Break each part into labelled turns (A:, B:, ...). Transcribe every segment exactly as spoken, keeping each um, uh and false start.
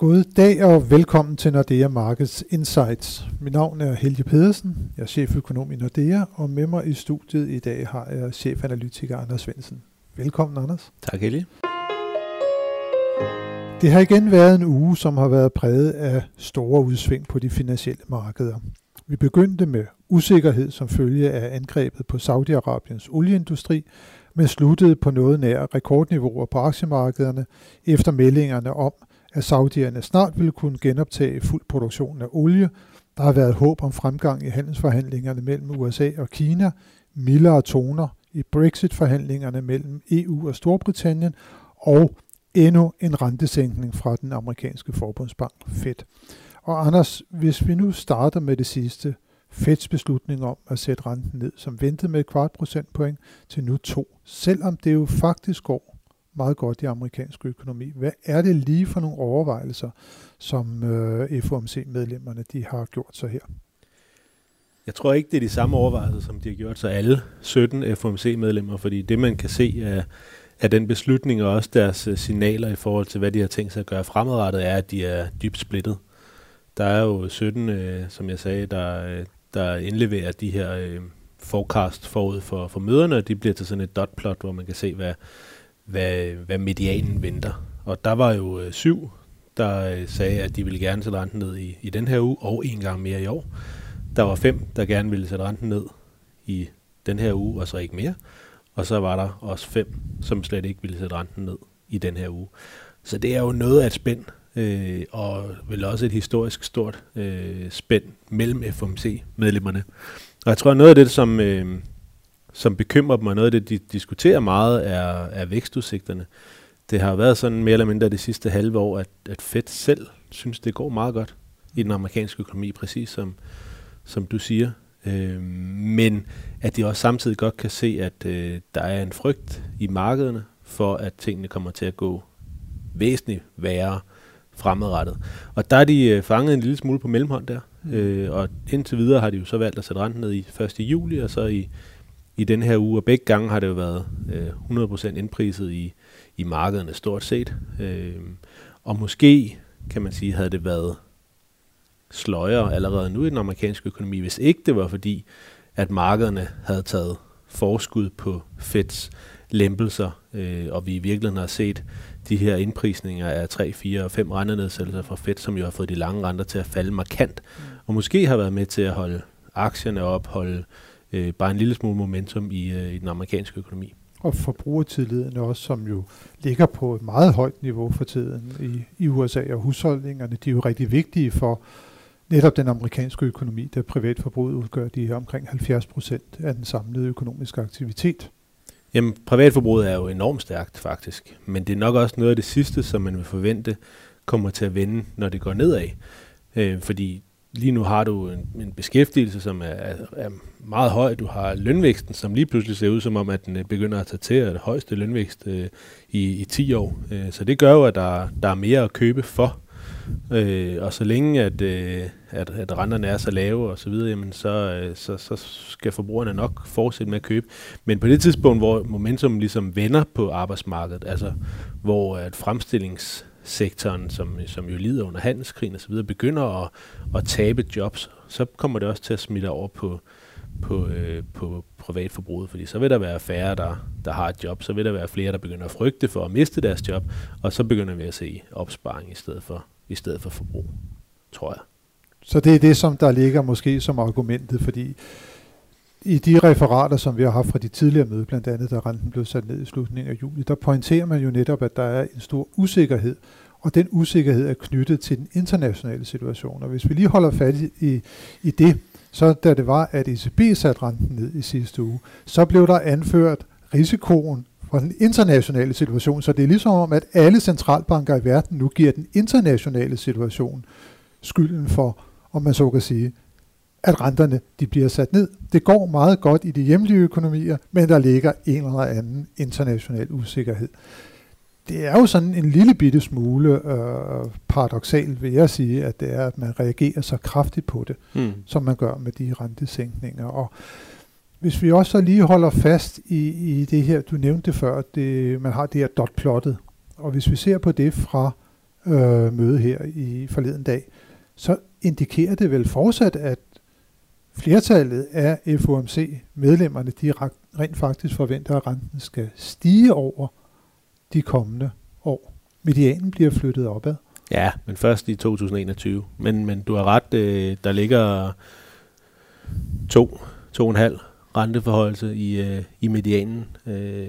A: God dag og velkommen til Nordea Markets Insights. Mit navn er Helge Pedersen, jeg er cheføkonom i Nordea, og med mig i studiet i dag har jeg chefanalytiker Anders Svendsen. Velkommen, Anders.
B: Tak, Helge.
A: Det har igen været en uge, som har været præget af store udsving på de finansielle markeder. Vi begyndte med usikkerhed som følge af angrebet på Saudi-Arabiens olieindustri, men sluttede på noget nær rekordniveauer på aktiemarkederne efter meldingerne om, at saudierne snart ville kunne genoptage fuld produktion af olie. Der har været håb om fremgang i handelsforhandlingerne mellem U S A og Kina, mildere toner i Brexit-forhandlingerne mellem E U og Storbritannien, og endnu en rentesænkning fra den amerikanske forbundsbank Fed. Og Anders, hvis vi nu starter med det sidste, Feds beslutning om at sætte renten ned, som ventede med et kvart procentpoint til nu to, selvom det jo faktisk går meget godt i amerikansk økonomi. Hvad er det lige for nogle overvejelser, som øh, F O M C-medlemmerne de har gjort sig her?
B: Jeg tror ikke, det er de samme overvejelser, som de har gjort sig alle sytten F O M C-medlemmer, fordi det, man kan se af, af den beslutning og også deres signaler i forhold til, hvad de har tænkt sig at gøre fremadrettet, er, at de er dybt splittet. Der er jo sytten, øh, som jeg sagde, der, der indleverer de her øh, forecast forud for, for møderne, og de bliver til sådan et dotplot, hvor man kan se, hvad Hvad, hvad medianen venter. Og der var jo øh, syv, der øh, sagde, at de ville gerne sætte renten ned i, i den her uge, og en gang mere i år. Der var fem, der gerne ville sætte renten ned i den her uge, og så ikke mere. Og så var der også fem, som slet ikke ville sætte renten ned i den her uge. Så det er jo noget af et spænd, øh, og vel også et historisk stort øh, spænd mellem F O M C-medlemmerne. Og jeg tror, noget af det, som... Øh, som bekymrer dem, og noget af det, de diskuterer meget, er, er vækstudsigterne. Det har været sådan mere eller mindre det sidste halve år, at, at Fed selv synes, det går meget godt i den amerikanske økonomi, præcis som, som du siger. Øh, men at de også samtidig godt kan se, at øh, der er en frygt i markederne for, at tingene kommer til at gå væsentligt værre fremadrettet. Og der er de øh, fanget en lille smule på mellemhånd der, mm. øh, og indtil videre har de jo så valgt at sætte renten ned i første juli, og så i i den her uge, og begge gange har det jo været øh, hundrede procent indpriset i, i markederne stort set. Øh, og måske, kan man sige, havde det været sløjere allerede nu i den amerikanske økonomi, hvis ikke det var fordi, at markederne havde taget forskud på Feds lempelser, øh, og vi i virkeligheden har set de her indprisninger af tre, fire og fem rentenedsættelser fra Fed, som jo har fået de lange renter til at falde markant, mm. og måske har været med til at holde aktierne op, holde Øh, bare en lille smule momentum i, øh, i den amerikanske økonomi. Og
A: forbrugertilliden også, som jo ligger på et meget højt niveau for tiden i, i U S A, og husholdningerne, de er jo rigtig vigtige for netop den amerikanske økonomi, der privatforbruget udgør de her omkring halvfjerds procent af den samlede økonomiske aktivitet.
B: Jamen, privatforbruget er jo enormt stærkt faktisk, men det er nok også noget af det sidste, som man vil forvente kommer til at vende, når det går nedad. Øh, fordi lige nu har du en, en beskæftigelse, som er, er, er meget høj. Du har lønvæksten, som lige pludselig ser ud som om, at den begynder at tage til, at det højeste lønvækst øh, i, i ti år. Øh, så det gør jo, at der, der er mere at købe for. Øh, og så længe, at, øh, at, at renterne er så lave og så videre, jamen så, øh, så, så skal forbrugerne nok fortsætte med at købe. Men på det tidspunkt, hvor momentum ligesom vender på arbejdsmarkedet, altså hvor at fremstillings sektoren, som, som jo lider under handelskrigen og så videre, begynder at, at tabe jobs, så kommer det også til at smitte over på, på, øh, på privatforbruget, fordi så vil der være færre, der, der har et job, så vil der være flere, der begynder at frygte for at miste deres job, og så begynder vi at se opsparing i stedet for, i stedet for forbrug, tror jeg.
A: Så det er det, som der ligger måske som argumentet, fordi i de referater, som vi har haft fra de tidligere møder, blandt andet da renten blev sat ned i slutningen af juli, der pointerer man jo netop, at der er en stor usikkerhed, og den usikkerhed er knyttet til den internationale situation. Og hvis vi lige holder fat i, i det, så da det var, at E C B satte renten ned i sidste uge, så blev der anført risikoen fra den internationale situation. Så det er ligesom om, at alle centralbanker i verden nu giver den internationale situation skylden for, om man så kan sige, at renterne de bliver sat ned. Det går meget godt i de hjemlige økonomier, men der ligger en eller anden international usikkerhed. Det er jo sådan en lille bitte smule øh, paradoksalt, vil jeg sige, at det er, at man reagerer så kraftigt på det, mm. som man gør med de rentesænkninger. Og hvis vi også så lige holder fast i, i det her, du nævnte det før, det, man har det her dotplottet, og hvis vi ser på det fra øh, møde her i forleden dag, så indikerer det vel fortsat, at flertallet af F O M C-medlemmerne, de rent faktisk forventer, at renten skal stige over de kommende år. Medianen bliver flyttet opad.
B: Ja, men først i to tusind og enogtyve. Men, men du har ret, øh, der ligger to, to og en halv renteforhøjelse i, øh, i medianen. Øh,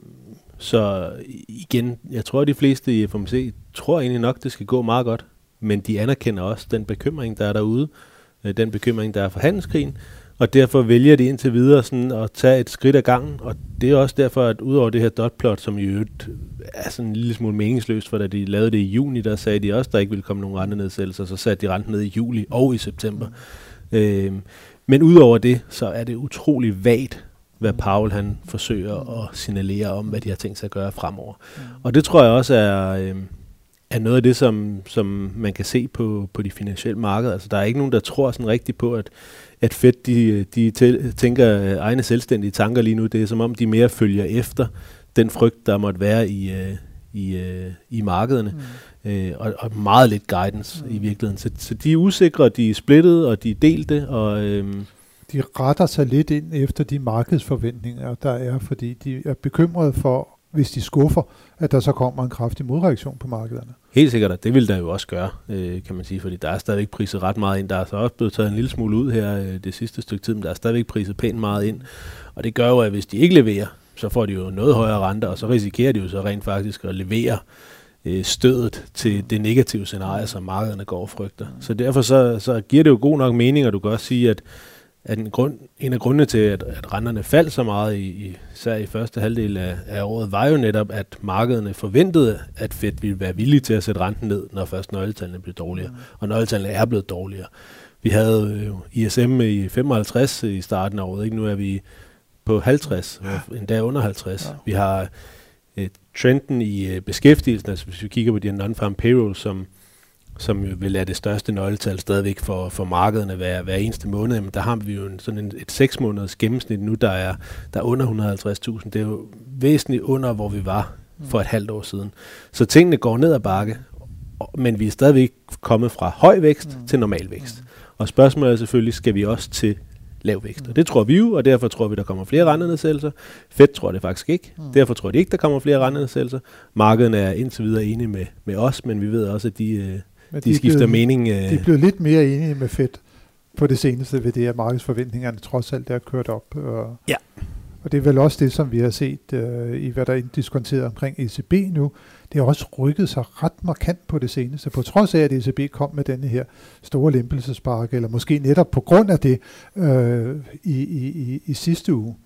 B: så igen, jeg tror, at de fleste i F O M C tror egentlig nok, det skal gå meget godt. Men de anerkender også den bekymring, der er derude. Øh, den bekymring, der er for handelskrigen. Og derfor vælger de indtil videre sådan at tage et skridt ad gangen. Og det er også derfor, at udover det her dotplot, som i øvrigt er sådan en lille smule meningsløst, for da de lavede det i juni, der sagde de også, at der ikke ville komme nogen rentenedsættelser. Så satte de renten ned i juli og i september. Mm. Øh, men udover det, så er det utrolig vagt, hvad Powell han forsøger at signalere om, hvad de har tænkt sig at gøre fremover. Mm. Og det tror jeg også er, øh, er noget af det, som, som man kan se på, på de finansielle markeder. Altså, der er ikke nogen, der tror sådan rigtigt på, at, at Fed de, de tænker egne selvstændige tanker lige nu. Det er som om, de mere følger efter den frygt, der måtte være i, øh, i, øh, i markederne. Mm. Øh, og, og meget lidt guidance mm. i virkeligheden. Så, så de er usikre, de er splittet, og de er delte, og øh,
A: de retter sig lidt ind efter de markedsforventninger, der er, fordi de er bekymrede for, hvis de skuffer, at der så kommer en kraftig modreaktion på markederne.
B: Helt sikkert, det vil der jo også gøre, øh, kan man sige, fordi der er stadigvæk priset ret meget ind. Der er så også blevet taget en lille smule ud her øh, det sidste stykke tid, men der er stadigvæk priset pænt meget ind. Og det gør jo, at hvis de ikke leverer, så får de jo noget højere renter, og så risikerer de jo så rent faktisk at levere øh, stødet til det negative scenarie, som markederne går og frygter. Så derfor så, så giver det jo god nok mening, og du kan også sige, at at en, grund, en af grundene til, at, at renterne faldt så meget, i, især i første halvdel af, af året, var jo netop, at markederne forventede, at Fed ville være villige til at sætte renten ned, når først nøgletallene blev dårligere. Mm. Og nøgletallene er blevet dårligere. Vi havde jo I S M i femoghalvtreds i starten af året, ikke? Nu er vi på halvtreds, ja. Endda under halvtreds. Ja. Vi har et trenden i beskæftigelsen, altså hvis vi kigger på de non-farm payroll, som som jo vil lade det største nøgletal stadigvæk for, for markederne hver, hver eneste måned, men der har vi jo en, sådan en, et seks måneders gennemsnit nu, der er, der er under et hundrede og halvtreds tusind. Det er jo væsentligt under, hvor vi var for et halvt år siden. Så tingene går ned ad bakke, men vi er stadigvæk kommet fra høj vækst mm. til normal vækst. Mm. Og spørgsmålet er selvfølgelig, skal vi også til lav vækst? Mm. Og det tror vi jo, og derfor tror vi, der kommer flere rentenedsættelser. Fed tror det faktisk ikke. Mm. Derfor tror de ikke, der kommer flere rentenedsættelser. Markederne er indtil videre enige med, med os, men vi ved også, at de... De, de skifter blevet, mening. Øh.
A: De blev lidt mere enige med Fed på det seneste ved det, at markedsforventningerne trods alt er kørt op. Og,
B: ja.
A: og det er vel også det, som vi har set øh, i, hvad der er diskonteret omkring E C B nu. Det har også rykket sig ret markant på det seneste, på trods af, at E C B kom med denne her store lempelsespakke, eller måske netop på grund af det øh, i, i, i, i sidste uge.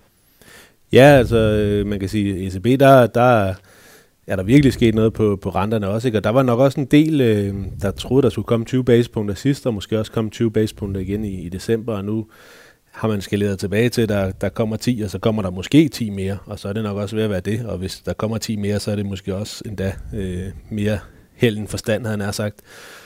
B: Ja, altså man kan sige, E C B, der, der er der virkelig sket noget på, på renterne også, ikke? Og der var nok også en del, øh, der troede, der skulle komme tyve basepunkter sidst, og måske også komme tyve basepunkter igen i, i december, og nu har man skaleret tilbage til, der, der kommer ti, og så kommer der måske ti mere, og så er det nok også ved at være det, og hvis der kommer ti mere, så er det måske også endda øh, mere held end forstand, havde han sagt.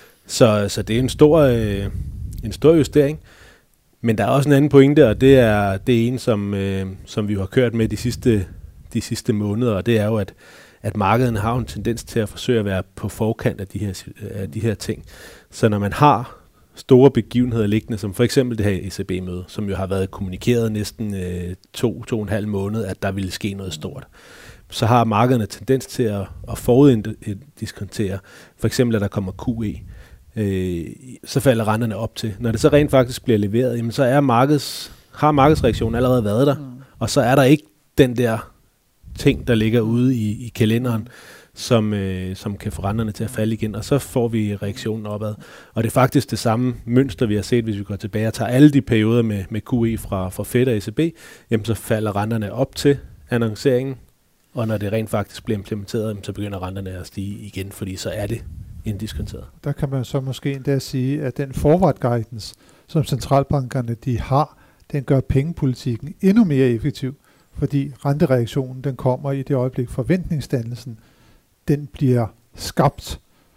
B: Så, så det er en stor, øh, en stor justering, men der er også en anden pointe, og det er det ene, som, øh, som vi har kørt med de sidste, de sidste måneder, og det er jo, at at markedet har en tendens til at forsøge at være på forkant af de her, af de her ting. Så når man har store begivenheder liggende, som for eksempel det her E C B-møde, som jo har været kommunikeret næsten øh, to, to og en halv måned, at der ville ske noget stort, så har markederne tendens til at, at foruddiskontere. For eksempel, at der kommer Q E, øh, så falder renterne op til. Når det så rent faktisk bliver leveret, jamen, så er markeds, har markedsreaktionen allerede været der, mm. og så er der ikke den der ting, der ligger ude i, i kalenderen, som, øh, som kan få renterne til at falde igen, og så får vi reaktionen opad. Og det er faktisk det samme mønster, vi har set, hvis vi går tilbage og tager alle de perioder med, med Q E fra, fra Fed og E C B, jamen så falder renterne op til annonceringen, og når det rent faktisk bliver implementeret, jamen, så begynder renterne at stige igen, fordi så er det indiskonteret.
A: Der kan man så måske endda sige, at den forward guidance, som centralbankerne de har, den gør pengepolitikken endnu mere effektiv, fordi rentereaktionen, den kommer i det øjeblik, forventningsdannelsen, den bliver skabt,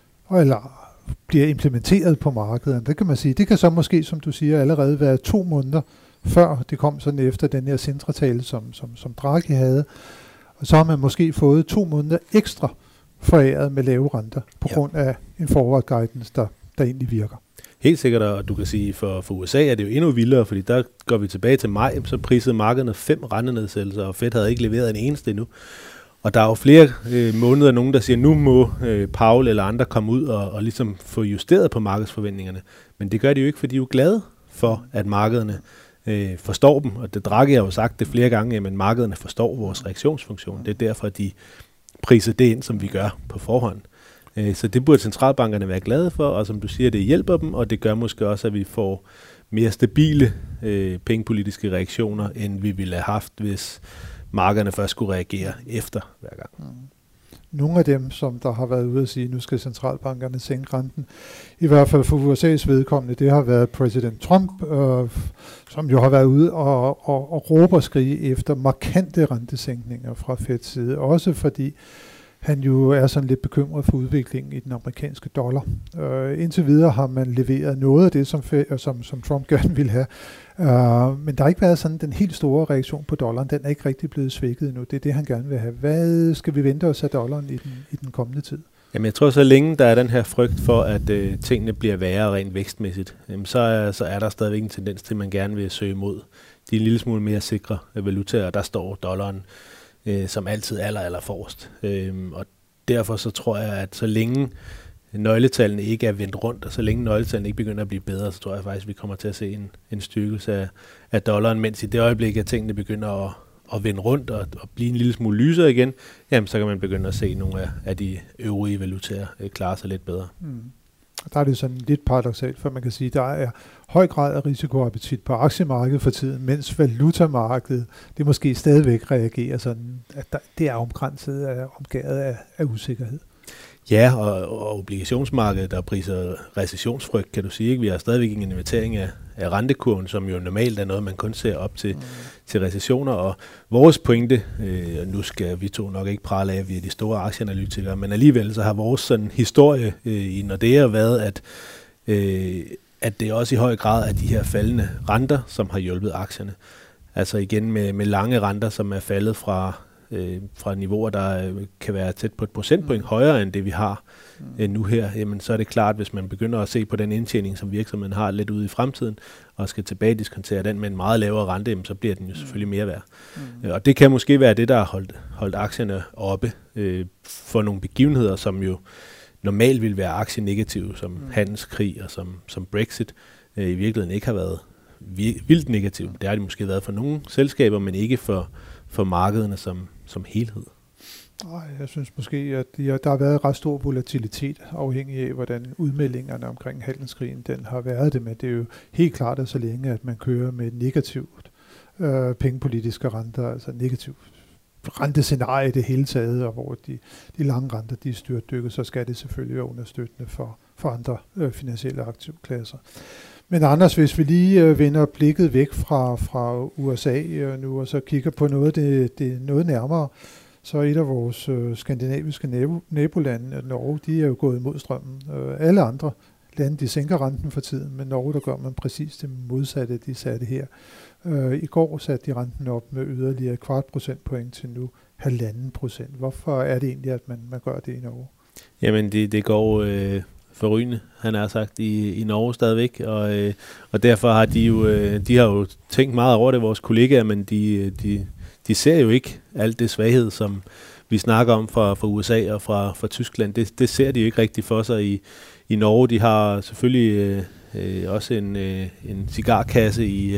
A: eller bliver implementeret på markedet. Det kan man sige. Det kan så måske, som du siger, allerede være to måneder før det kom sådan efter den her centratale, som, som, som Draghi havde. Og så har man måske fået to måneder ekstra foræret med lave renter på
B: ja.
A: grund af en forward guidance, der, der egentlig virker.
B: Helt sikkert, og du kan sige, for, for U S A er det jo endnu vildere, fordi der går vi tilbage til maj, så prisede markederne fem rentenedsættelser, og Fed havde ikke leveret en eneste endnu. Og der er jo flere øh, måneder, nogen der siger, nu må øh, Powell eller andre komme ud og, og ligesom få justeret på markedsforventningerne. Men det gør de jo ikke, fordi de er jo glade for, at markederne øh, forstår dem. Og det Draghi har jo sagt det flere gange, men markederne forstår vores reaktionsfunktion. Det er derfor, de priser det ind, som vi gør på forhånd. Øh, så det burde centralbankerne være glade for, og som du siger, det hjælper dem, og det gør måske også, at vi får mere stabile øh, pengepolitiske reaktioner, end vi ville have haft, hvis markederne først skulle reagere efter hver gang. Mm.
A: Nogle af dem, som der har været ude at sige, nu skal centralbankerne sænke renten, i hvert fald for U S A's vedkommende, det har været præsident Trump, øh, som jo har været ude og, og, og råbe og skrige efter markante rentesænkninger fra Feds side, også fordi han jo er sådan lidt bekymret for udviklingen i den amerikanske dollar. Uh, indtil videre har man leveret noget af det, som, som, som Trump gerne ville have. Uh, men der har ikke været sådan den helt store reaktion på dollaren. Den er ikke rigtig blevet svækket endnu. Det er det, han gerne vil have. Hvad skal vi vente os af dollaren i den, i den kommende tid?
B: Jamen jeg tror, så længe der er den her frygt for, at øh, tingene bliver værre rent vækstmæssigt, jamen, så, er, så er der stadigvæk en tendens til, at man gerne vil søge mod de en lille smule mere sikre valutaer, og der står dollaren øh, som altid aller, aller forrest. Øhm, og derfor så tror jeg, at så længe nøgletallene ikke er vendt rundt, og så længe nøgletallene ikke begynder at blive bedre, så tror jeg faktisk, at vi kommer til at se en, en styrkelse af, af dollaren, mens i det øjeblik, at tingene begynder at, at vende rundt og, og blive en lille smule lysere igen, jamen så kan man begynde at se nogle af, af de øvrige valutaer øh, klare sig lidt bedre.
A: Mm. Der er det sådan lidt paradoksalt, for man kan sige, at der er høj grad af risikoappetit på aktiemarkedet for tiden, mens valutamarkedet, det måske stadigvæk reagerer sådan, at der, det er omkranset af, omgået af, af usikkerhed.
B: Ja, og, og obligationsmarkedet, der priser recessionsfrygt, kan du sige, ikke? Vi har stadigvæk en investering af, af rentekurven, som jo normalt er noget, man kun ser op til, mm. til recessioner, og vores pointe, øh, og nu skal vi to nok ikke prale af, at vi er de store aktieanalytikere, men alligevel så har vores sådan historie øh, i Nordea været, at, øh, at det også i høj grad er de her faldende renter, som har hjulpet aktierne. Altså igen med, med lange renter, som er faldet fra Øh, fra niveauer, der øh, kan være tæt på et procentpoint mm. højere end det, vi har mm. øh, nu her, jamen så er det klart, hvis man begynder at se på den indtjening, som virksomheden har lidt ude i fremtiden, og skal tilbage diskontere den med en meget lavere rente, jamen, så bliver den jo mm. selvfølgelig mere værd. Mm. Øh, og det kan måske være det, der har holdt, holdt aktierne oppe øh, for nogle begivenheder, som jo normalt vil være aktienegative, som mm. handelskrig og som, som Brexit, øh, i virkeligheden ikke har været vir- vildt negativt. Mm. Det har de måske været for nogle selskaber, men ikke for for markederne som, som helhed.
A: Nej, jeg synes måske, at de, der har været ret stor volatilitet, afhængig af, hvordan udmeldingerne omkring handelskrigen den har været det, men det er jo helt klart, at så længe, at man kører med negativt øh, pengepolitiske renter, altså negativt rentescenarie i det hele taget, og hvor de, de lange renter, de er styrtdykket, så skal det selvfølgelig være understøttende for, for andre øh, finansielle aktivklasser. Men Anders, hvis vi lige øh, vender blikket væk fra, fra U S A øh, nu, og så kigger på noget, det, det noget nærmere, så et af vores øh, skandinaviske nabo, nabolande, Norge, de er jo gået imod strømmen. Øh, alle andre lande, de sænker renten for tiden, men Norge, der gør man præcis det modsatte, de satte her. Øh, I går satte de renten op med yderligere kvart procentpoint til nu halvanden procent. Hvorfor er det egentlig, at man, man gør det i Norge?
B: Jamen, det, det går øh, forrygende, han har sagt, i, i Norge stadigvæk, og, øh, og derfor har de jo, øh, de har jo tænkt meget over det, vores kollegaer, men de, de, de ser jo ikke alt det svaghed, som vi snakker om fra, fra U S A og fra, fra Tyskland. Det, det ser de jo ikke rigtigt for sig i, i Norge. De har selvfølgelig øh, øh, også en, øh, en cigarkasse i, øh,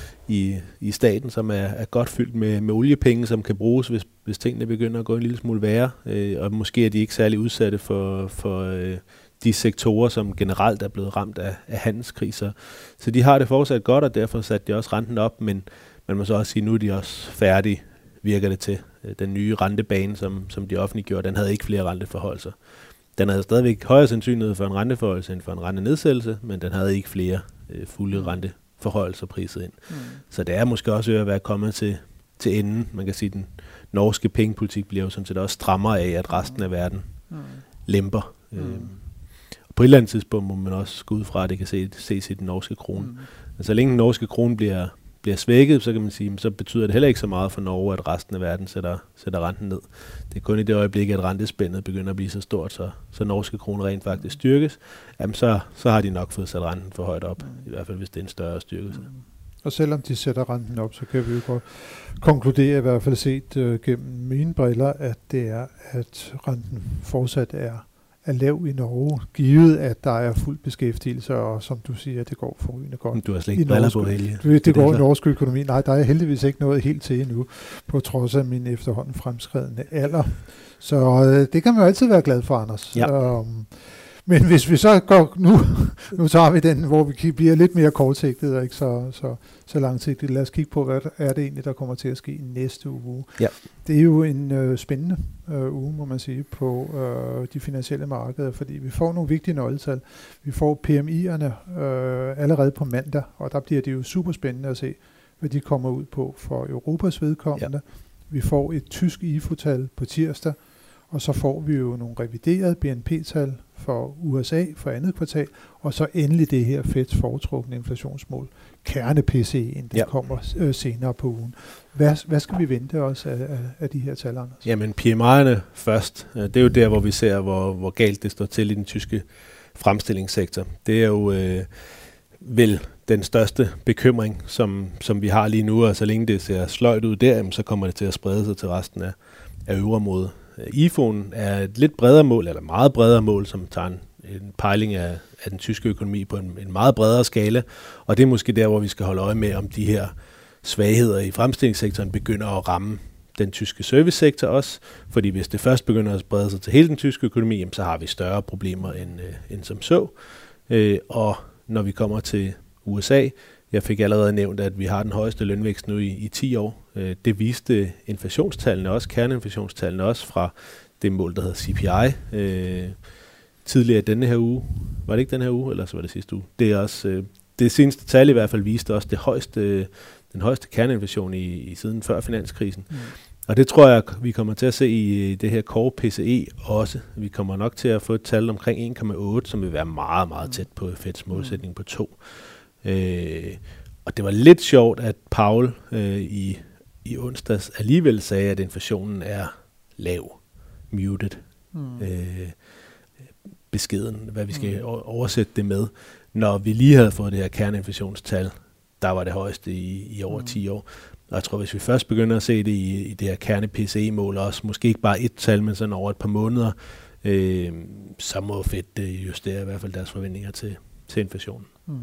B: i, i staten, som er, er godt fyldt med, med oliepenge, som kan bruges, hvis, hvis tingene begynder at gå en lille smule værre. Øh, og måske er de ikke særlig udsatte for, for øh, de sektorer, som generelt er blevet ramt af, af handelskriser. Så de har det fortsat godt, og derfor satte de også renten op, men man må så også sige, nu er de også færdige, virker det til. Den nye rentebane, som, som de offentliggjorde, den havde ikke flere renteforholdelser. Den havde stadigvæk højere sandsynlighed for en renteforholdelse end for en rentenedsættelse, men den havde ikke flere øh, fulde renteforholdelser priset ind. Mm. Så det er måske også ved at være kommet til, til enden. Man kan sige, at den norske pengepolitik bliver jo sådan set også strammere af, at resten af verden mm. lemper. Mm. Øhm, og på et eller andet tidspunkt må man også gå ud fra, at det kan se, ses i den norske krone. Mm. Altså, så længe den norske krone bliver bliver svækket, så kan man sige, så betyder det heller ikke så meget for Norge, at resten af verden sætter, sætter renten ned. Det er kun i det øjeblik, at rentespændet begynder at blive så stort, så, så norske krone rent faktisk styrkes, jamen så, så har de nok fået sat renten for højt op, i hvert fald hvis det er en større styrkelse.
A: Og selvom de sætter renten op, så kan vi jo godt konkludere, i hvert fald set øh, gennem mine briller, at det er, at renten fortsat er, er lav i Norge, givet at der er fuld beskæftigelse, og som du siger, det går forrygende godt.
B: Du har slet ikke briller på, Helge.
A: Det, det, det går i norsk økonomi. Nej, der er heldigvis ikke noget helt til endnu, på trods af min efterhånden fremskredende alder. Så øh, det kan man jo altid være glad for, Anders.
B: Ja.
A: Um, Men hvis vi så går nu, nu tager vi den, hvor vi bliver lidt mere kortsigtet og ikke så, så, så langsigtet. Lad os kigge på, hvad er det egentlig, der kommer til at ske i næste uge.
B: Ja.
A: Det er jo en øh, spændende øh, uge, må man sige, på øh, de finansielle markeder, fordi vi får nogle vigtige nøgletal. Vi får P M I'erne øh, allerede på mandag, og der bliver det jo super spændende at se, hvad de kommer ud på for Europas vedkommende. Ja. Vi får et tysk I F O-tal på tirsdag, og så får vi jo nogle reviderede B N P-tal for U S A for andet kvartal, og så endelig det her Feds foretrukne inflationsmål, kerne-P C E'en, det ja. kommer øh, senere på ugen. Hvad, hvad skal vi vente os af, af, af de her tal, Anders?
B: Jamen P M I'erne først, det er jo der, hvor vi ser, hvor, hvor galt det står til i den tyske fremstillingssektor. Det er jo øh, vel den største bekymring, som, som vi har lige nu, og så længe det ser sløjt ud der, så kommer det til at sprede sig til resten af, af øvrigt. I F O'en er et lidt bredere mål, eller meget bredere mål, som tager en, en pejling af, af den tyske økonomi på en, en meget bredere skala, og det er måske der, hvor vi skal holde øje med, om de her svagheder i fremstillingssektoren begynder at ramme den tyske servicesektor også, fordi hvis det først begynder at sprede sig til hele den tyske økonomi, jamen, så har vi større problemer end, øh, end som så. Øh, og når vi kommer til U S A, jeg fik allerede nævnt, at vi har den højeste lønvækst nu i, i ti år. Øh, det viste inflationstallene også, kerneinflationstallene også fra det mål, der hedder C P I. Øh, tidligere denne her uge, var det ikke den her uge, eller så var det sidste uge? Det er også, øh, det seneste tal i hvert fald viste også det højeste, den højeste kerneinflation i, i siden før finanskrisen. Mm. Og det tror jeg, vi kommer til at se i det her core P C E også. Vi kommer nok til at få et tal omkring en komma otte, som vil være meget, meget tæt på Feds målsætning på to. Øh, og det var lidt sjovt, at Powell øh, i, i onsdags alligevel sagde, at inflationen er lav, muted, mm. øh, beskeden, hvad vi skal mm. oversætte det med. Når vi lige havde fået det her kerneinflationstal, der var det højeste i, i over mm. ti år. Og jeg tror, hvis vi først begynder at se det i, i det her kerne-P C E-mål også, måske ikke bare et tal, men sådan over et par måneder, øh, så må Fed justere i hvert fald deres forventninger til, til inflationen. Mm.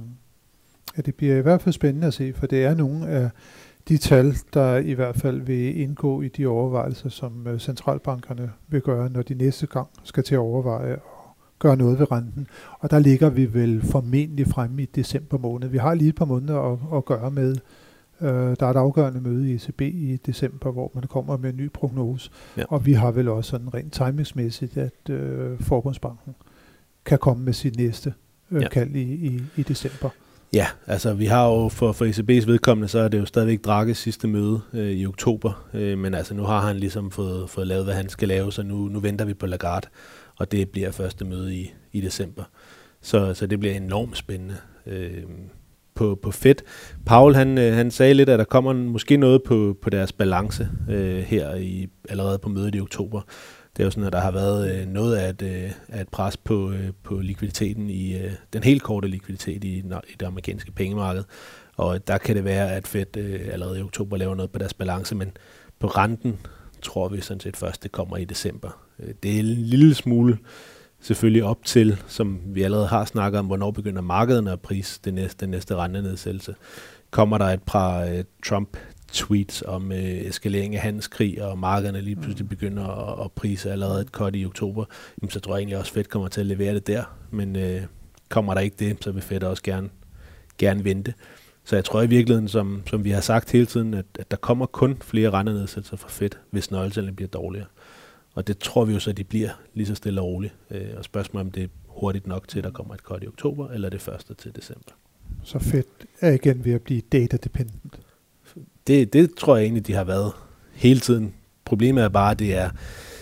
A: Ja, det bliver i hvert fald spændende at se, for det er nogle af de tal, der i hvert fald vil indgå i de overvejelser, som centralbankerne vil gøre, når de næste gang skal til at overveje at gøre noget ved renten. Og der ligger vi vel formentlig fremme i december måned. Vi har lige et par måneder at, at gøre med. Uh, der er et afgørende møde i E C B i december, hvor man kommer med en ny prognose. Ja. Og vi har vel også sådan rent timingsmæssigt, at uh, Forbundsbanken kan komme med sit næste uh, ja. kald i, i, i december.
B: Ja, altså vi har jo for, for E C B's vedkommende, så er det jo stadigvæk Draghis sidste møde øh, i oktober, øh, men altså nu har han ligesom fået, fået lavet, hvad han skal lave, så nu, nu venter vi på Lagarde, og det bliver første møde i, i december. Så, så det bliver enormt spændende øh, på, på Fed. Powell, han, øh, han sagde lidt, at der kommer måske noget på, på deres balance øh, her i, allerede på mødet i oktober. Det er jo sådan, at der har været øh, noget af et, øh, af et pres på, øh, på likviditeten i øh, den helt korte likviditet i, i det amerikanske pengemarked. Og der kan det være, at Fed øh, allerede i oktober laver noget på deres balance, men på renten tror vi sådan set først, det kommer i december. Det er en lille smule selvfølgelig op til, som vi allerede har snakket om, hvornår begynder markederne at prise den næste, den næste rentenedsættelse. Kommer der et par øh, Trump tweets om øh, eskalering af handelskrig, og markederne lige pludselig begynder at, at prise allerede et cut i oktober, jamen, så tror jeg egentlig også, Fed kommer til at levere det der. Men øh, kommer der ikke det, så vil Fed også gerne, gerne vente. Så jeg tror i virkeligheden, som, som vi har sagt hele tiden, at, at der kommer kun flere rentenedsættelser fra Fed, hvis nøgletallene bliver dårligere. Og det tror vi jo så, at de bliver lige så stille og roligt. Øh, og spørgsmålet om det er hurtigt nok til, at der kommer et cut i oktober, eller det første til december.
A: Så Fed er igen ved at blive data-dependent?
B: Det, det tror jeg egentlig, de har været hele tiden. Problemet er bare, at det er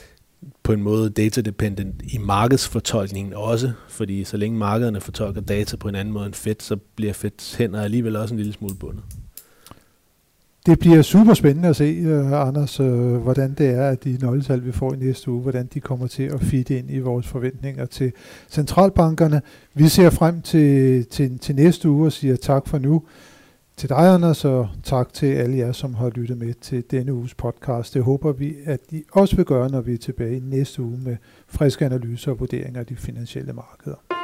B: på en måde data-dependent i markedsfortolkningen også, fordi så længe markederne fortolker data på en anden måde end Fed, så bliver Feds hænder alligevel også en lille smule bundet.
A: Det bliver super spændende at se, uh, Anders, uh, hvordan det er, at de nøgletal, vi får i næste uge, hvordan de kommer til at fitte ind i vores forventninger til centralbankerne. Vi ser frem til, til, til næste uge og siger tak for nu til dig, Anders, og tak til alle jer, som har lyttet med til denne uges podcast. Det håber vi, at I også vil gøre, når vi er tilbage i næste uge med friske analyser og vurderinger af de finansielle markeder.